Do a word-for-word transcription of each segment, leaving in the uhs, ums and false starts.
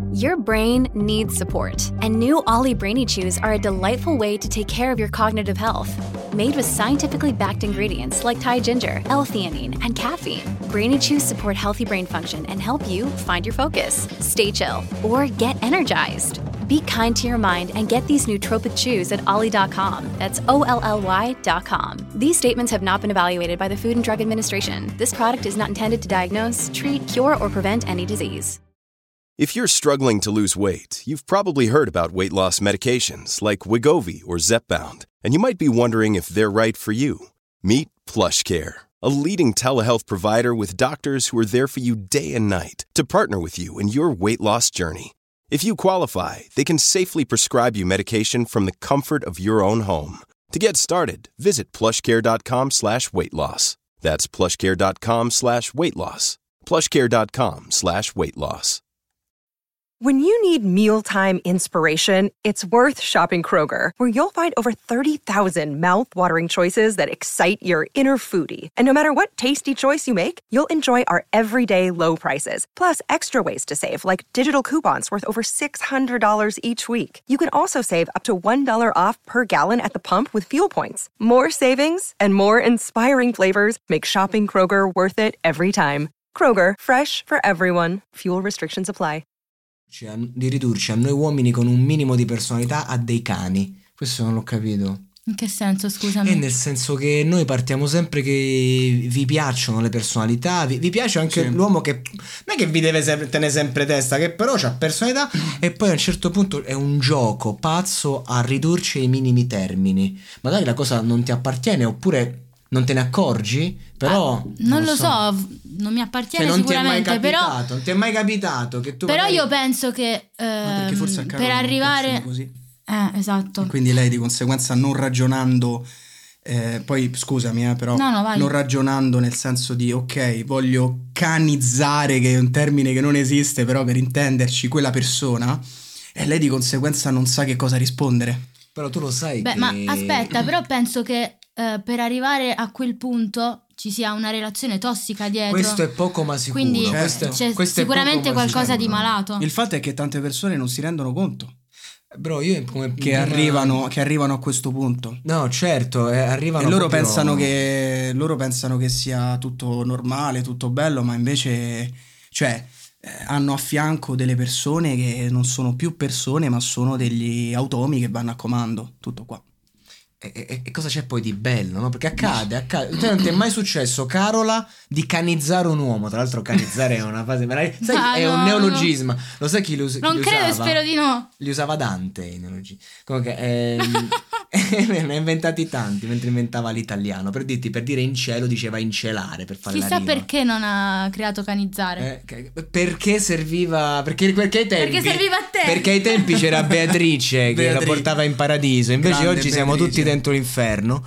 Your brain needs support, and new Ollie Brainy Chews are a delightful way to take care of your cognitive health. Made with scientifically backed ingredients like Thai ginger, L-theanine, and caffeine, Brainy Chews support healthy brain function and help you find your focus, stay chill, or get energized. Be kind to your mind and get these nootropic chews at ollie dot com. That's O L L Y dot com. These statements have not been evaluated by the Food and Drug Administration. This product is not intended to diagnose, treat, cure, or prevent any disease. If you're struggling to lose weight, you've probably heard about weight loss medications like Wegovy or Zepbound, and you might be wondering if they're right for you. Meet PlushCare, a leading telehealth provider with doctors who are there for you day and night to partner with you in your weight loss journey. If you qualify, they can safely prescribe you medication from the comfort of your own home. To get started, visit plushcare.com slash weight loss. That's plushcare.com slash weight loss. plushcare.com slash weight loss. When you need mealtime inspiration, it's worth shopping Kroger, where you'll find over thirty thousand mouth-watering choices that excite your inner foodie. And no matter what tasty choice you make, you'll enjoy our everyday low prices, plus extra ways to save, like digital coupons worth over six hundred dollars each week. You can also save up to one dollar off per gallon at the pump with fuel points. More savings and more inspiring flavors make shopping Kroger worth it every time. Kroger, fresh for everyone. Fuel restrictions apply. Di ridurci a noi uomini con un minimo di personalità a dei cani. Questo non l'ho capito. In che senso, scusami? E nel senso che noi partiamo sempre che vi piacciono le personalità, vi, vi piace anche sì. L'uomo che non è che vi deve tenere sempre testa, che però c'ha personalità e poi a un certo punto è un gioco pazzo a ridurci ai minimi termini. Magari la cosa non ti appartiene oppure non te ne accorgi, però ah, non, non lo so. so, non mi appartiene cioè, non sicuramente, ti è mai capitato, però non ti è mai capitato che tu però magari... io penso che ehm, forse per arrivare così. Eh, esatto. Quindi lei di conseguenza non ragionando eh, poi scusami eh, però no, no, vai. non ragionando nel senso di ok, voglio canizzare, che è un termine che non esiste, però per intenderci quella persona, e lei di conseguenza non sa che cosa rispondere. Però tu lo sai. Beh, che... ma aspetta, però penso che Uh, per arrivare a quel punto ci sia una relazione tossica dietro. Questo è poco ma sicuro. Quindi certo. c'è questo sicuramente qualcosa di malato. Il fatto è che tante persone non si rendono conto. Bro, io come che prima... arrivano che arrivano a questo punto. No, certo, eh, arrivano e loro proprio... pensano che loro pensano che sia tutto normale, tutto bello, ma invece cioè eh, hanno a fianco delle persone che non sono più persone, ma sono degli automi che vanno a comando, tutto qua. E, e, e cosa c'è poi di bello, no? Perché accade, accade. Cioè, non ti è mai successo, Carola, di canizzare un uomo? Tra l'altro canizzare è una fase sai, ah, è no, un neologisma. No. Lo sai chi lo, chi non li credo, usava? Spero di no. Li usava Dante i neologismi. Comunque ehm, ne ha inventati tanti mentre inventava l'italiano. Per dirti, per dire in cielo diceva incelare, per fare chissà la rima. Perché non ha creato canizzare. Eh, perché serviva perché, perché ai tempi Perché serviva a te. Perché ai tempi c'era Beatrice che Beatrice. la portava in paradiso. Invece Grande oggi siamo Beatrice. tutti dentro l'inferno.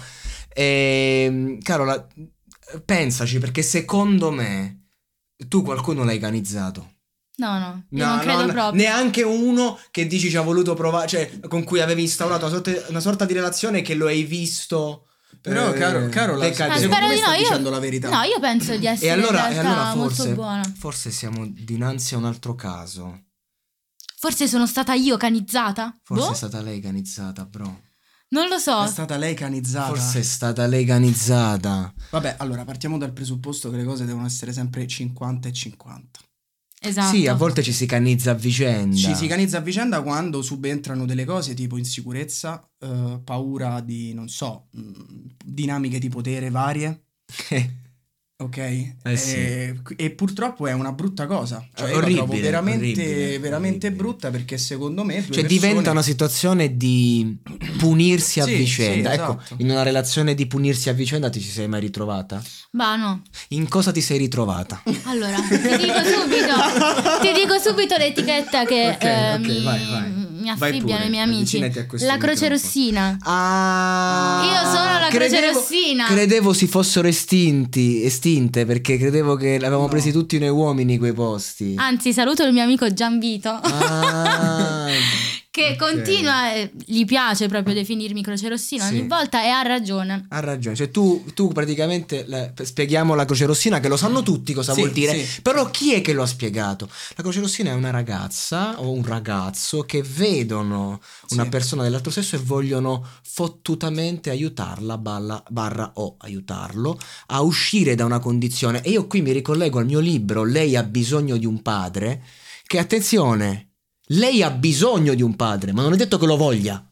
E Carola, pensaci, perché secondo me tu qualcuno l'hai canizzato. No, no, io no, non credo no, proprio. Neanche uno che dici ci ha voluto provare, cioè con cui avevi instaurato una sorta, una sorta di relazione che lo hai visto. Però eh, caro, Carola, ah, secondo spero me di sta no, dicendo io, la verità. No, io penso di essere e allora, in e realtà allora forse, molto buona. Forse siamo dinanzi a un altro caso. Forse sono stata io canizzata? Forse boh? è stata lei canizzata, bro. Non lo so. È stata lei canizzata. Forse è stata lei canizzata. Vabbè, allora partiamo dal presupposto che le cose devono essere sempre cinquanta e cinquanta. Esatto. Sì, a volte ci si canizza a vicenda. Ci si canizza a vicenda quando subentrano delle cose tipo insicurezza, eh, paura di, non so, mh, dinamiche di potere varie. Ok? Eh sì. e, e purtroppo è una brutta cosa. Cioè, io orribile, la trovo veramente, orribile, veramente orribile. brutta, perché secondo me due cioè persone... diventa una situazione di punirsi a Sì, vicenda. sì, Ecco, esatto. in una relazione di punirsi a vicenda ti ci sei mai ritrovata? Bah, no. In cosa ti sei ritrovata? Allora, ti dico subito Ti dico subito l'etichetta che Ok, eh, ok, mi, vai, vai. mi Vai affibbiano pure, i miei amici. avvicinati a questo La Croce microfono. Rossina. Ah, Io sono la Croce credevo, Rossina. Credevo si fossero estinti, estinte, perché credevo che l'avevamo No. presi tutti noi uomini quei posti. Anzi, saluto il mio amico Gianvito. Ah. che Ok. continua, eh, gli piace proprio definirmi Croce Rossina Sì. ogni volta e ha ragione. Ha ragione, cioè tu, tu praticamente la- spieghiamo la Croce Rossina, che lo sanno tutti cosa Sì, vuol dire, sì. però chi è che lo ha spiegato? La Croce Rossina è una ragazza o un ragazzo che vedono una Sì. persona dell'altro sesso e vogliono fottutamente aiutarla, balla, barra o aiutarlo a uscire da una condizione. E io qui mi ricollego al mio libro Lei ha bisogno di un padre, che attenzione, lei ha bisogno di un padre, ma non è detto che lo voglia.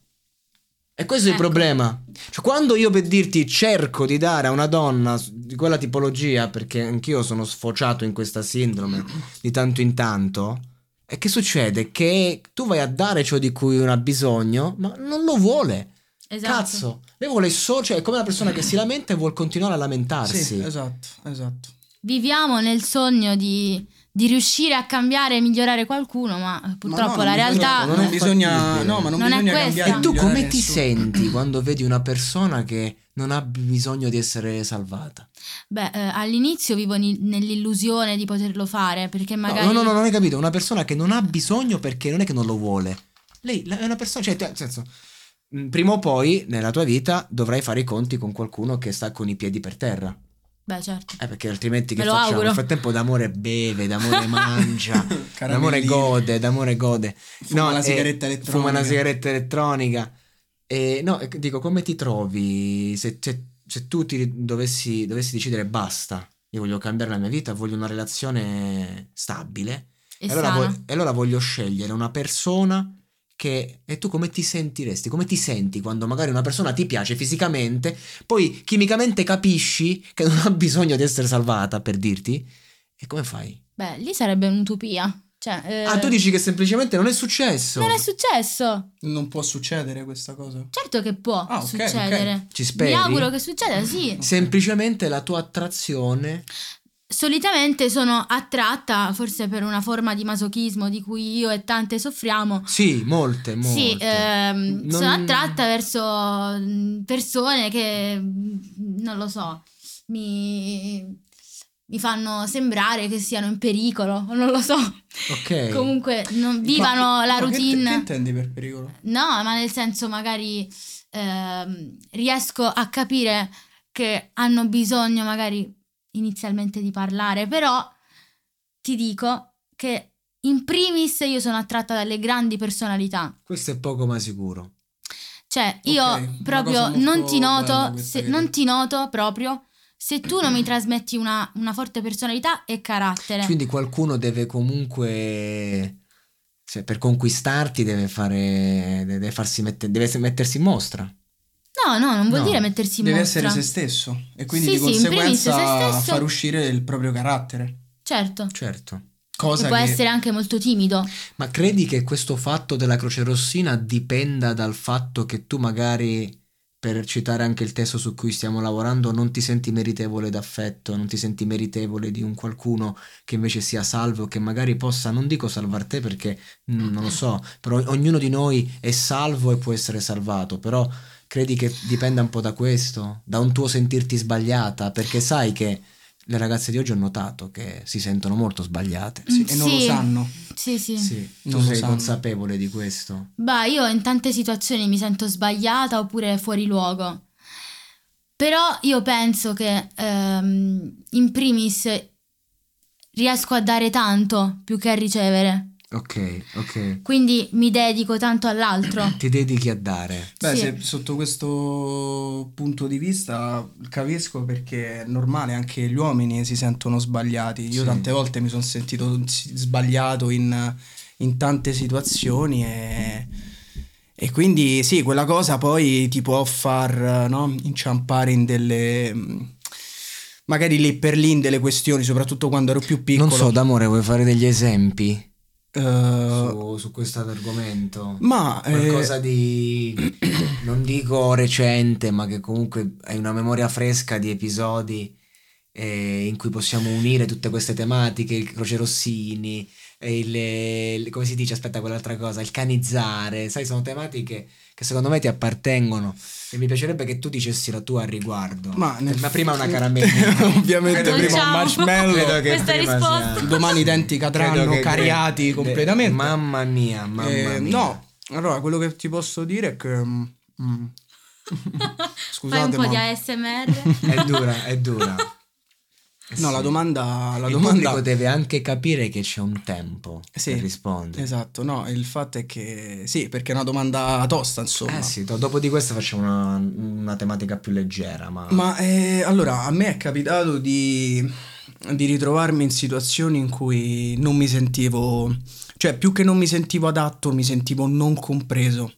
E questo è il Ecco. problema. Cioè, quando io per dirti cerco di dare a una donna di quella tipologia, perché anch'io sono sfociato in questa sindrome di tanto in tanto, e che succede? Che tu vai a dare ciò di cui uno ha bisogno, ma non lo vuole. Esatto. Cazzo, lei vuole solo, cioè è come una persona che si lamenta e vuole continuare a lamentarsi. Sì, esatto, esatto. Viviamo nel sogno di, di riuscire a cambiare e migliorare qualcuno, ma purtroppo Ma no, la non realtà bisogna, non è bisogna, fattibile. no, ma non, Non è bisogna questa. cambiare E e tu migliorare come ti nessuno. senti quando vedi una persona che non ha bisogno di essere salvata? Beh, eh, all'inizio vivo ni- nell'illusione di poterlo fare, perché magari No, no, no, non hai capito. Una persona che non ha bisogno perché non è che non lo vuole. Lei è una persona, cioè, nel senso, mh, prima o poi nella tua vita dovrai fare i conti con qualcuno che sta con i piedi per terra. Beh, certo. Eh, perché altrimenti che Me lo facciamo? auguro. Nel frattempo d'amore beve, d'amore mangia, d'amore Caramellini. gode, d'amore gode. Fuma la eh, sigaretta elettronica. Fuma una sigaretta elettronica. E no, eh, dico, come ti trovi se, se- se tu ti dovessi, dovessi decidere basta, io voglio cambiare la mia vita, voglio una relazione stabile. E E allora, sana. vo- e allora voglio scegliere una persona che... E tu come ti sentiresti? Come ti senti quando magari una persona ti piace fisicamente, poi chimicamente capisci che non ha bisogno di essere salvata, per dirti? E come fai? Beh, lì sarebbe un'utopia. Cioè, eh, Ah, tu dici che semplicemente non è successo? non è successo. Non può succedere questa cosa. Certo che può Ah, ok, succedere. Ci speri? Mi auguro che succeda, sì. Semplicemente la tua attrazione... Solitamente sono attratta, forse per una forma di masochismo di cui io e tante soffriamo. Sì, molte, molte. Sì, ehm, Non- sono attratta verso mm, persone che, mm, non lo so, mi, mi fanno sembrare che siano in pericolo, non lo so. Ok. Comunque non vivano Ma- la ma che- routine. Che, intendi per pericolo? No, ma nel senso magari ehm, riesco a capire che hanno bisogno magari inizialmente di parlare, però ti dico che in primis io sono attratta dalle grandi personalità. Questo è poco ma sicuro. Cioè io Ok, una proprio cosa molto non ti bella noto, questa se, che non hai ti noto proprio se tu non mi trasmetti una, una forte personalità e carattere. Quindi qualcuno deve comunque... Cioè, per conquistarti deve fare... Deve farsi mette- deve mettersi in mostra. No, no, non vuol No, dire mettersi in Deve mostra. essere se stesso e quindi Sì, di sì, in primis conseguenza se stesso. far uscire il proprio carattere. Certo. Certo. Cosa E può che essere anche molto timido. Ma credi che questo fatto della Croce Rossina dipenda dal fatto che tu magari, per citare anche il testo su cui stiamo lavorando, non ti senti meritevole d'affetto, non ti senti meritevole di un qualcuno che invece sia salvo, che magari possa, non dico salvar te perché mm, non lo so, però ognuno di noi è salvo e può essere salvato, però credi che dipenda un po' da questo, da un tuo sentirti sbagliata, perché sai che le ragazze di oggi ho notato che si sentono molto sbagliate. sì, e non lo Sì. sanno. Sì, sì. Sì, tu Non lo sei sanno. consapevole di questo? Bah, io in tante situazioni mi sento sbagliata oppure fuori luogo. Però io penso che ehm, in primis riesco a dare tanto più che a ricevere. Ok, ok. Quindi mi dedico tanto all'altro. Ti dedichi a dare. Beh, Sì. se sotto questo punto di vista capisco, perché è normale, anche gli uomini si sentono sbagliati. Io Sì. tante volte mi sono sentito s- sbagliato in, in tante situazioni e, e quindi sì, quella cosa poi ti può far, no, inciampare in delle... mh, magari lì per lì in delle questioni, soprattutto quando ero più piccolo. Non so, d'amore, vuoi fare degli esempi Eh, su, su questo argomento? ma eh, Qualcosa di, non dico recente, ma che comunque hai una memoria fresca di episodi eh, in cui possiamo unire tutte queste tematiche, il Croce Rossini, e il, il- come si dice, aspetta, quell'altra cosa, il canizzare, sai, sono tematiche che secondo me ti appartengono e mi piacerebbe che tu dicessi la tua al riguardo. Ma nel- Ma prima una caramellina. ovviamente Credo che- prima un marshmallow. credo che Questa prima risposta. sia- Domani i denti credo cadranno che- cariati de- completamente. Mamma mia, mamma Eh, mia. no, Allora, quello che ti posso dire è che... mm, scusate, Fai un po' ma... di A S M R. È dura, è dura. No, Sì. la domanda... La Il domanda... pubblico deve anche capire che c'è un tempo Sì, per rispondere. Esatto, no, il fatto è che... Sì, perché è una domanda tosta, insomma. Eh sì, do- dopo di questo facciamo una, una tematica più leggera, ma... Ma eh, allora, a me è capitato di, di ritrovarmi in situazioni in cui non mi sentivo... Cioè, più che non mi sentivo adatto, mi sentivo non compreso.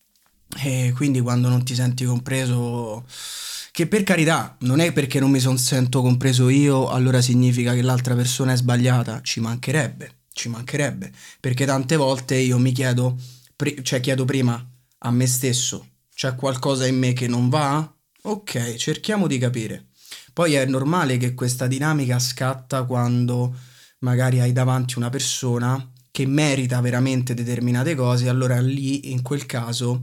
E quindi quando non ti senti compreso... Che per carità, non è perché non mi son sento compreso io, allora significa che l'altra persona è sbagliata. Ci mancherebbe, ci mancherebbe. Perché tante volte io mi chiedo, pri- cioè chiedo prima a me stesso, c'è qualcosa in me che non va? Ok, cerchiamo di capire. Poi è normale che questa dinamica scatta quando magari hai davanti una persona che merita veramente determinate cose, allora lì, in quel caso,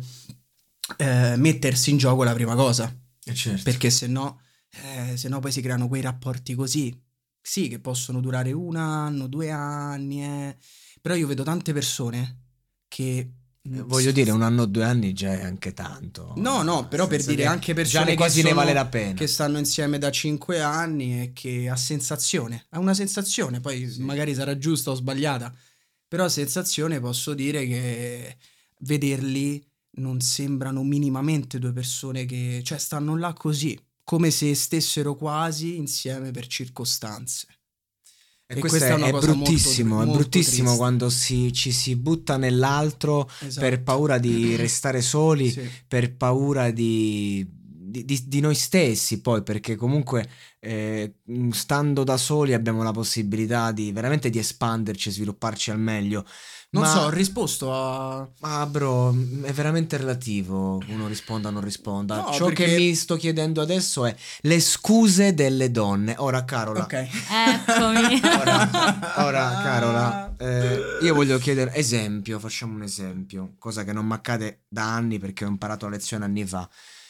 eh, mettersi in gioco è la prima cosa. Eh, certo. Perché se no, eh, se no poi si creano quei rapporti così, sì, che possono durare un anno, due anni, eh. Però io vedo tante persone che... Eh, Voglio dire, un anno o due anni già è anche tanto. No, no, però Nel per senso dire che anche già persone ne che quasi ne sono- vale la pena. che stanno insieme da cinque anni e che ha sensazione, ha una sensazione, poi Sì. magari sarà giusta o sbagliata, però sensazione posso dire che vederli non sembrano minimamente due persone che, cioè, stanno là così, come se stessero quasi insieme per circostanze. E, E questo questa è, è una è cosa molto- bruttissimo, è molto bruttissimo triste. quando si, ci si butta nell'altro Esatto. per paura di restare soli, Sì. per paura di, di, di- di noi stessi poi, perché comunque eh, stando da soli abbiamo la possibilità di veramente di espanderci e svilupparci al meglio. Non Ma- so, ho risposto a... Ma bro, è veramente relativo, uno risponda o non risponda. No, Ciò perché- che mi sto chiedendo adesso è le scuse delle donne. Ora, Carola. Ok. Eccomi. Ora, ora, Carola, eh, io voglio chiedere esempio, facciamo un esempio, cosa che non mi accade da anni perché ho imparato la lezione anni fa.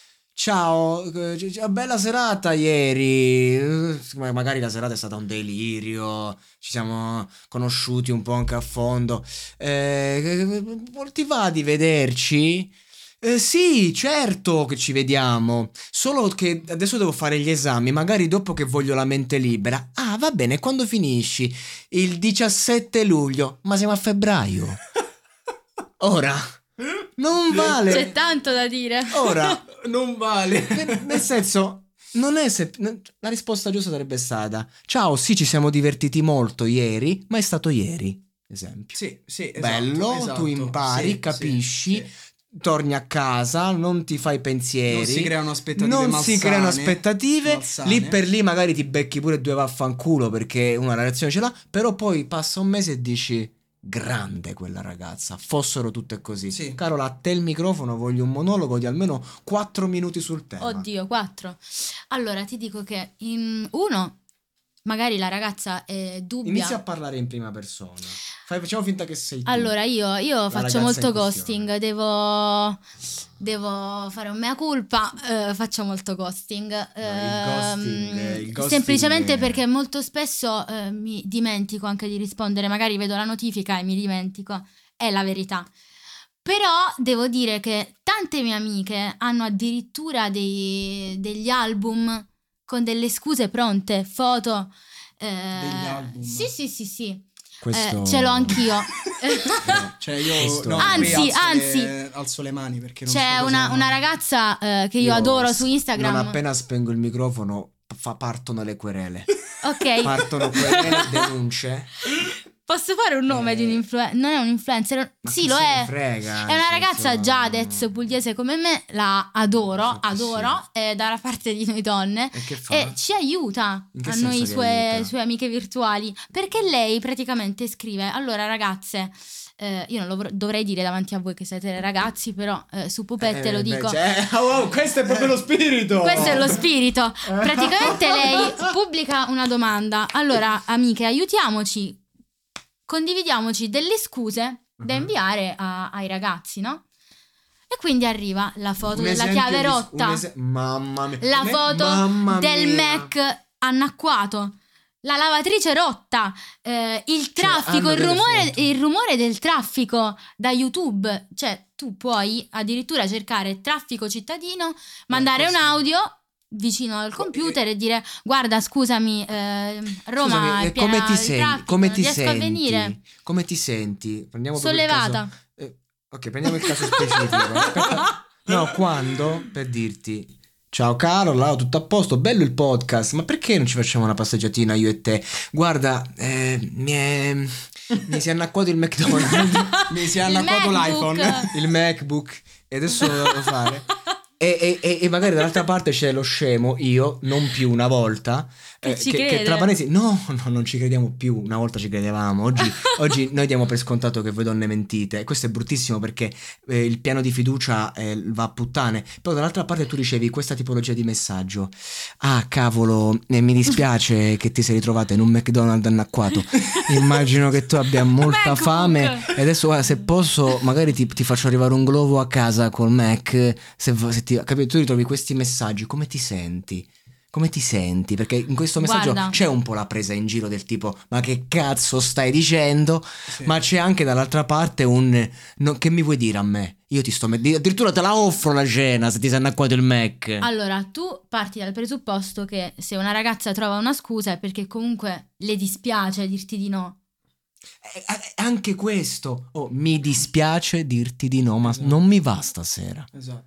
Ciao, eh, c- c- bella serata ieri, eh, ma- magari la serata è stata un delirio, ci siamo conosciuti un po' anche a fondo, eh, ti va di vederci? Eh, sì, certo che ci vediamo, solo che adesso devo fare gli esami, magari dopo che voglio la mente libera. Ah, va bene, quando finisci? Il diciassette luglio, ma siamo a febbraio. Ora, non vale. C'è tanto da dire. Ora, Non vale. nel, nel senso, non è se, la risposta giusta sarebbe stata: ciao, sì, ci siamo divertiti molto ieri, ma è stato ieri. Esempio. Sì, sì, esatto, Bello, esatto. tu impari, Sì, capisci, sì, sì. torni a casa, non ti fai pensieri. Non si creano aspettative Non si malsane, creano aspettative. malsane. Lì per lì magari ti becchi pure due vaffanculo perché una relazione ce l'ha, però poi passa un mese e dici: grande quella ragazza, fossero tutte così. Sì. Carola, a te il microfono, voglio un monologo di almeno quattro minuti sul tema. Oddio, quattro. Allora, ti dico che in uno, magari la ragazza è dubbia. Inizia a parlare in prima persona. Fai, facciamo finta che sei tu. Allora, io, io La faccio ragazza molto in questione. ghosting, devo, devo fare un mea culpa, eh, faccio molto ghosting. il ghosting, Ehm, il ghosting semplicemente è- perché molto spesso eh, mi dimentico anche di rispondere, magari vedo la notifica e mi dimentico, è la verità. Però devo dire che tante mie amiche hanno addirittura dei- degli album con delle scuse pronte, foto. eh, Degli album? Sì, sì, sì, sì. Questo... Eh, ce l'ho anch'io. Cioè io Questo- no, Anzi, qui alzo anzi. le, alzo le mani perché non C'è so una, cosa- una ragazza eh, che io, Io adoro s- su Instagram. Non appena spengo il microfono fa- partono le querele. Ok, Partono querele, denunce. posso fare un nome Eh. di un influencer? Non è un influencer, Ma sì chi lo se ne è. frega, È una nel ragazza senso- Giadez, pugliese come me, la adoro, Sì, sì, adoro, è dalla parte di noi donne E che fa? e ci aiuta In che a senso noi che sue, aiuta? sue amiche virtuali, perché lei praticamente scrive: allora ragazze, eh, io non lo vr- dovrei dire davanti a voi che siete ragazzi, però eh, su Pupette Eh, lo beh, dico. cioè, oh, oh, questo è proprio lo spirito. Questo è lo spirito. Praticamente lei pubblica una domanda. Allora, amiche, aiutiamoci, condividiamoci delle scuse da Mhm. inviare a- ai ragazzi, no? E quindi arriva la foto Un della esempio chiave di- rotta, un ese- mamma mia. la Me- foto mamma del mia. Mac annacquato, la lavatrice rotta, eh, il traffico, hanno il delle rumore, foto. il rumore del traffico da YouTube, cioè tu puoi addirittura cercare traffico cittadino, mandare un audio vicino al computer e dire guarda scusami eh, Roma Scusami, è piena come ti di senti? traffico, Come non ti riesco a venire. senti? Come ti senti? Prendiamo proprio il Sollevata. caso- eh, ok, prendiamo il caso specifico. Aspetta. No, quando per dirti ciao Carola, tutto a posto, bello il podcast, ma perché non ci facciamo una passeggiatina io e te? Guarda, eh, mi, è, mi si è annacquato il McDonald's, Mi si è Il annacquato MacBook. l'iPhone. il MacBook, e adesso lo devo fare. E, e- e- e magari dall'altra parte c'è lo scemo, io, non più una volta, eh, ci che, che crede. tra parentesi, no, no, non ci crediamo più, una volta ci credevamo, oggi, oggi noi diamo per scontato che voi donne mentite, e questo è bruttissimo perché eh, il piano di fiducia eh, va a puttane, però dall'altra parte tu ricevi questa tipologia di messaggio, ah cavolo, eh, mi dispiace che ti sei ritrovata in un McDonald's annacquato, immagino che tu abbia molta MacBook. fame, e adesso guarda, se posso magari ti, ti faccio arrivare un globo a casa col Mac, se, se ti, capito? Tu ritrovi questi messaggi, come ti senti? Come ti senti? Perché in questo messaggio Guarda. c'è un po' la presa in giro del tipo ma che cazzo stai dicendo? Sì. Ma c'è anche dall'altra parte un no, che mi vuoi dire a me? Io ti sto met- addirittura te la offro la cena se ti sei annacquato il Mac. Allora, tu parti dal presupposto che se una ragazza trova una scusa è perché comunque le dispiace dirti di no. Eh, eh, anche questo. Oh, mi dispiace dirti di no, ma non mi va stasera. Esatto.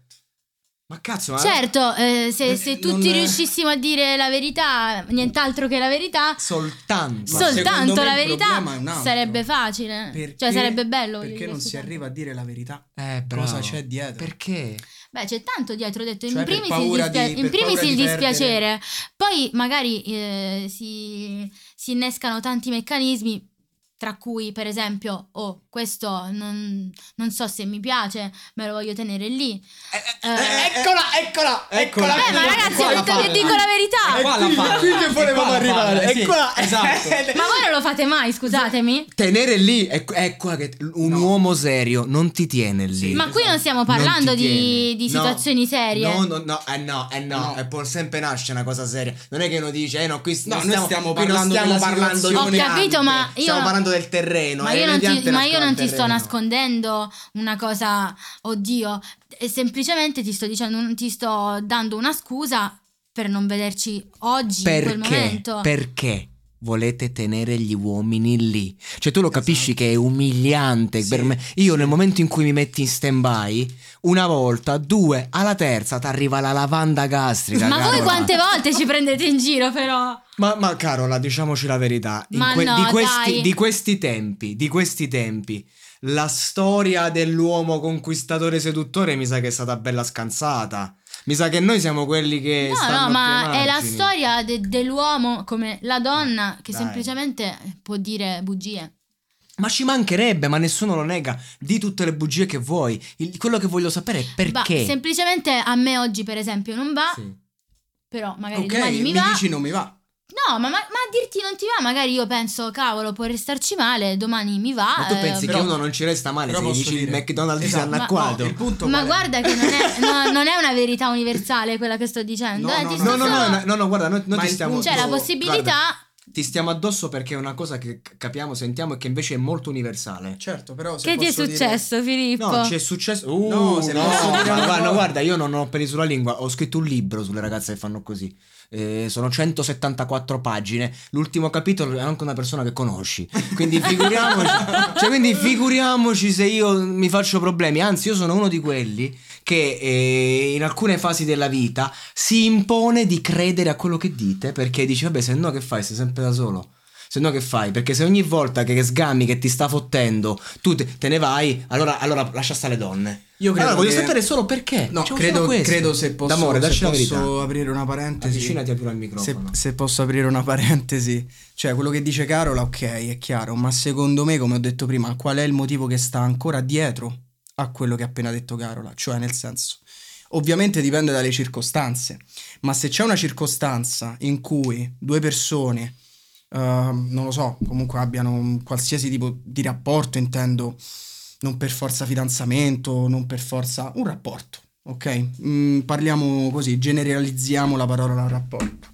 Ma cazzo, ma Certo, eh, se, Eh, se non tutti è- riuscissimo a dire la verità, nient'altro che la verità, soltanto. Ma secondo soltanto me la il verità problema è un altro. sarebbe facile. Perché- Cioè sarebbe bello. voglio Perché dire, non si soltanto. arriva a dire la verità? Eh, bravo. Cosa c'è dietro? Perché? Beh, c'è tanto dietro, ho detto, Cioè, in per primis, il, paura dispia- di- in per primis paura il di dispiacere, poi magari eh, si, si innescano tanti meccanismi, tra cui per esempio, oh, questo non, non so se mi piace, me lo voglio tenere lì. Eh, eccola, eccola, eccola. Eh, ma ragazzi, ho detto che dico la verità. È qua la fare. Qui che volevamo È qua la arrivare. fare, È sì, qua. esatto. Ma voi non lo fate mai, scusatemi? Tenere lì è, è qua che un No. uomo serio non ti tiene lì. Sì. Ma qui non stiamo Non parlando ti di, tiene. di No. situazioni serie. No, no, no, eh no, eh no, No. e poi sempre nasce una cosa seria. Non è che uno dice, eh no, qui No, non noi stiamo, stiamo qui non parlando stiamo della parlando di Ho un capito, ma io stiamo no- parlando del terreno. Ma è io non ti, mediante ma io nascono non il ti sto terreno. nascondendo una cosa, oddio, e semplicemente ti sto dicendo, ti sto dando una scusa per non vederci oggi, in quel Perché? momento. Perché volete tenere gli uomini lì? Cioè tu lo capisci che è umiliante Sì, per me. Io nel momento in cui mi metti in stand-by, una volta, due, alla terza ti arriva la lavanda gastrica. Ma voi Carola. quante volte ci prendete in giro però? Ma, ma Carola, diciamoci la verità, in Ma que- no, di, questi, dai. di questi tempi, di questi tempi, la storia dell'uomo conquistatore seduttore mi sa che è stata bella scansata. Mi sa che noi siamo quelli che No, stanno no, più ma ai è la margini. storia de- dell'uomo come la donna che Dai. semplicemente può dire bugie. Ma ci mancherebbe, ma nessuno lo nega. Di tutte le bugie che vuoi. Il- quello che voglio sapere è perché. Va, semplicemente a me oggi per esempio non va, Sì. però magari Ok, domani mi, mi va. dici non mi va. No, ma, ma, ma a dirti non ti va, magari io penso, cavolo, può restarci male, domani mi va. Ma tu eh, pensi però- che uno non ci resta male però se gli posso dici il dire- McDonald's si è Esatto, ma annacquato? no, il punto Ma qual è? guarda che non è, no, non è una verità universale quella che sto dicendo. No, eh, no, ti no, sto No, no, solo- no, no, no, guarda, noi, noi Ma ti il stiamo... punto- C'è la guarda, possibilità. ti stiamo addosso perché è una cosa che c- capiamo, sentiamo e che invece è molto universale. Certo, però se Che ti è posso dire- successo, Filippo? No, ci è successo. Uh, No, no, se no, posso dire ma una guarda, cosa- guarda, io non ho peli sulla lingua. Ho scritto un libro sulle ragazze che fanno così. Eh, sono centosettantaquattro pagine. L'ultimo capitolo è anche una persona che conosci. Quindi figuriamoci, cioè, quindi figuriamoci se io mi faccio problemi. Anzi, io sono uno di quelli che eh, in alcune fasi della vita si impone di credere a quello che dite, perché dici, vabbè, se no che fai? Sei sempre da solo. Se no che fai? Perché se ogni volta che, che sgammi che ti sta fottendo tu te, te ne vai, allora, allora lascia stare le donne. Io credo allora voglio che- sapere solo perché. No, Diciamo credo, solo questo. credo se posso, D'amore, se dacci la posso verità. aprire una parentesi. Avvicinati più al Se, microfono. se posso aprire una parentesi, cioè quello che dice Carola, ok, è chiaro, ma secondo me, come ho detto prima, qual è il motivo che sta ancora dietro a quello che ha appena detto Carola? Cioè, nel senso, ovviamente dipende dalle circostanze, ma se c'è una circostanza in cui due persone, uh, non lo so, comunque abbiano un qualsiasi tipo di rapporto, intendo, non per forza fidanzamento, non per forza un rapporto, ok? Mm, parliamo così, generalizziamo la parola rapporto.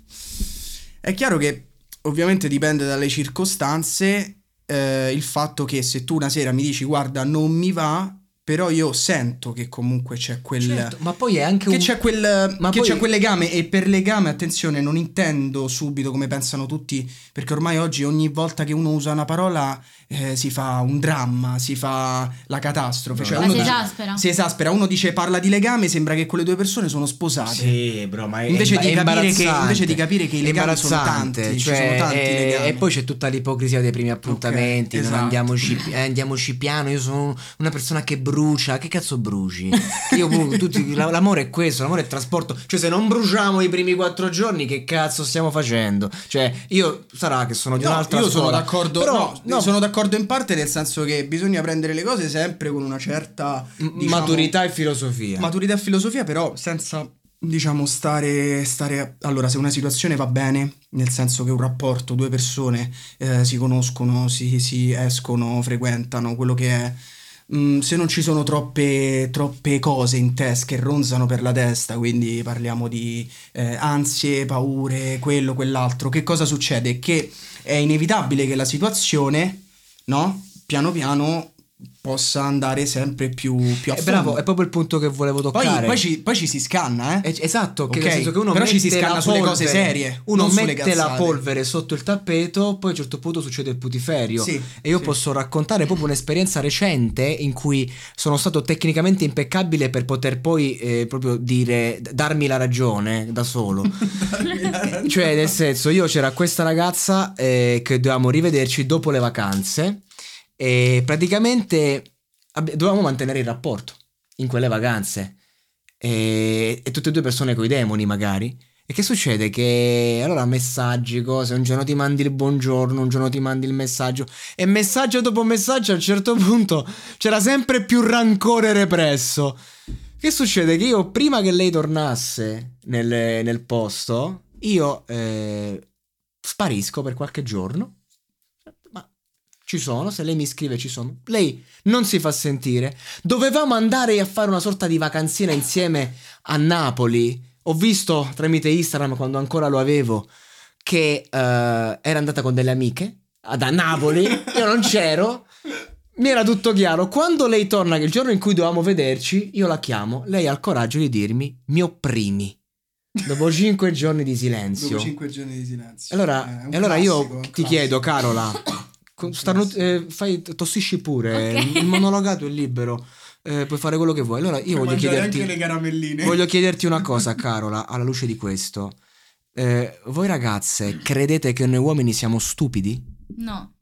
È chiaro che ovviamente dipende dalle circostanze, eh, il fatto che se tu una sera mi dici guarda non mi va, però io sento che comunque c'è quel certo, ma poi è anche che un... c'è quel ma che poi... c'è quel legame, e per legame, attenzione, non intendo subito come pensano tutti, perché ormai oggi ogni volta che uno usa una parola eh, si fa un dramma, si fa la catastrofe, cioè Ma uno si dice- esaspera. si esaspera, uno dice parla di legame, sembra che quelle due persone sono sposate. Sì, bro, ma è, Invece è di capire che- imbarazzante. invece di capire che i È legami sono imbarazzante, tanti, ci cioè, sono tanti e, legami. e poi c'è tutta l'ipocrisia dei primi appuntamenti, non esatto. andiamoci, eh, andiamoci piano, io sono una persona che brucia, che cazzo bruci? Io tutti, la- l'amore è questo, l'amore è trasporto, cioè se non bruciamo i primi quattro giorni che cazzo stiamo facendo? Cioè io sarà che sono di No, un'altra io sono scuola, d'accordo, però no, no, sono d'accordo in parte, nel senso che bisogna prendere le cose sempre con una certa diciamo, maturità e filosofia. maturità e filosofia, però senza diciamo stare stare allora, se una situazione va bene, nel senso che un rapporto, due persone eh, si conoscono, si, si escono, frequentano, quello che è, mh, se non ci sono troppe troppe cose in testa che ronzano per la testa, quindi parliamo di eh, ansie, paure, quello, quell'altro, che cosa succede? Che è inevitabile che la situazione, no? Piano piano possa andare sempre più, più a Eh, fondo. bravo, è proprio il punto che volevo Poi, toccare. poi, ci, poi ci si scanna, eh? Eh, Esatto, che Ok, nel senso che uno però ci si mette scanna la sulle polvere, cose serie, uno non sulle mette la cazzate. polvere sotto il tappeto, poi a un certo punto succede il putiferio. Sì, e io sì. posso raccontare proprio un'esperienza recente in cui sono stato tecnicamente impeccabile per poter poi eh, proprio dire, darmi la ragione da solo. Cioè, nel senso, io c'era questa ragazza eh, che dovevamo rivederci dopo le vacanze e praticamente abbi- dovevamo mantenere il rapporto in quelle vacanze e, e tutte e due persone coi demoni magari. E che succede? Che allora messaggi, cose, un giorno ti mandi il buongiorno, un giorno ti mandi il messaggio e messaggio dopo messaggio a un certo punto c'era sempre più rancore represso. Che succede? Che io prima che lei tornasse nel, nel posto, io eh, sparisco per qualche giorno. Ma ci sono, se lei mi scrive ci sono. Lei non si fa sentire. Dovevamo andare a fare una sorta di vacanzina insieme a Napoli. Ho visto tramite Instagram, quando ancora lo avevo, che uh, era andata con delle amiche ad a Napoli. Io non c'ero. Mi era tutto chiaro. Quando lei torna, che il giorno in cui dovevamo vederci, io la chiamo. Lei ha il coraggio di dirmi: mi opprimi. Dopo cinque giorni di silenzio. Dopo cinque giorni di silenzio. Allora, Eh, è un e allora classico, io un ti classico. chiedo, Carola, con- starnu- eh, fai, tossisci pure. Ok. Il monologato è libero. Eh, puoi fare quello che vuoi. Allora io Puoi voglio mangiare chiederti, anche le caramelline. voglio chiederti una cosa, Carola, alla luce di questo. Eh, voi ragazze credete che noi uomini siamo stupidi? No.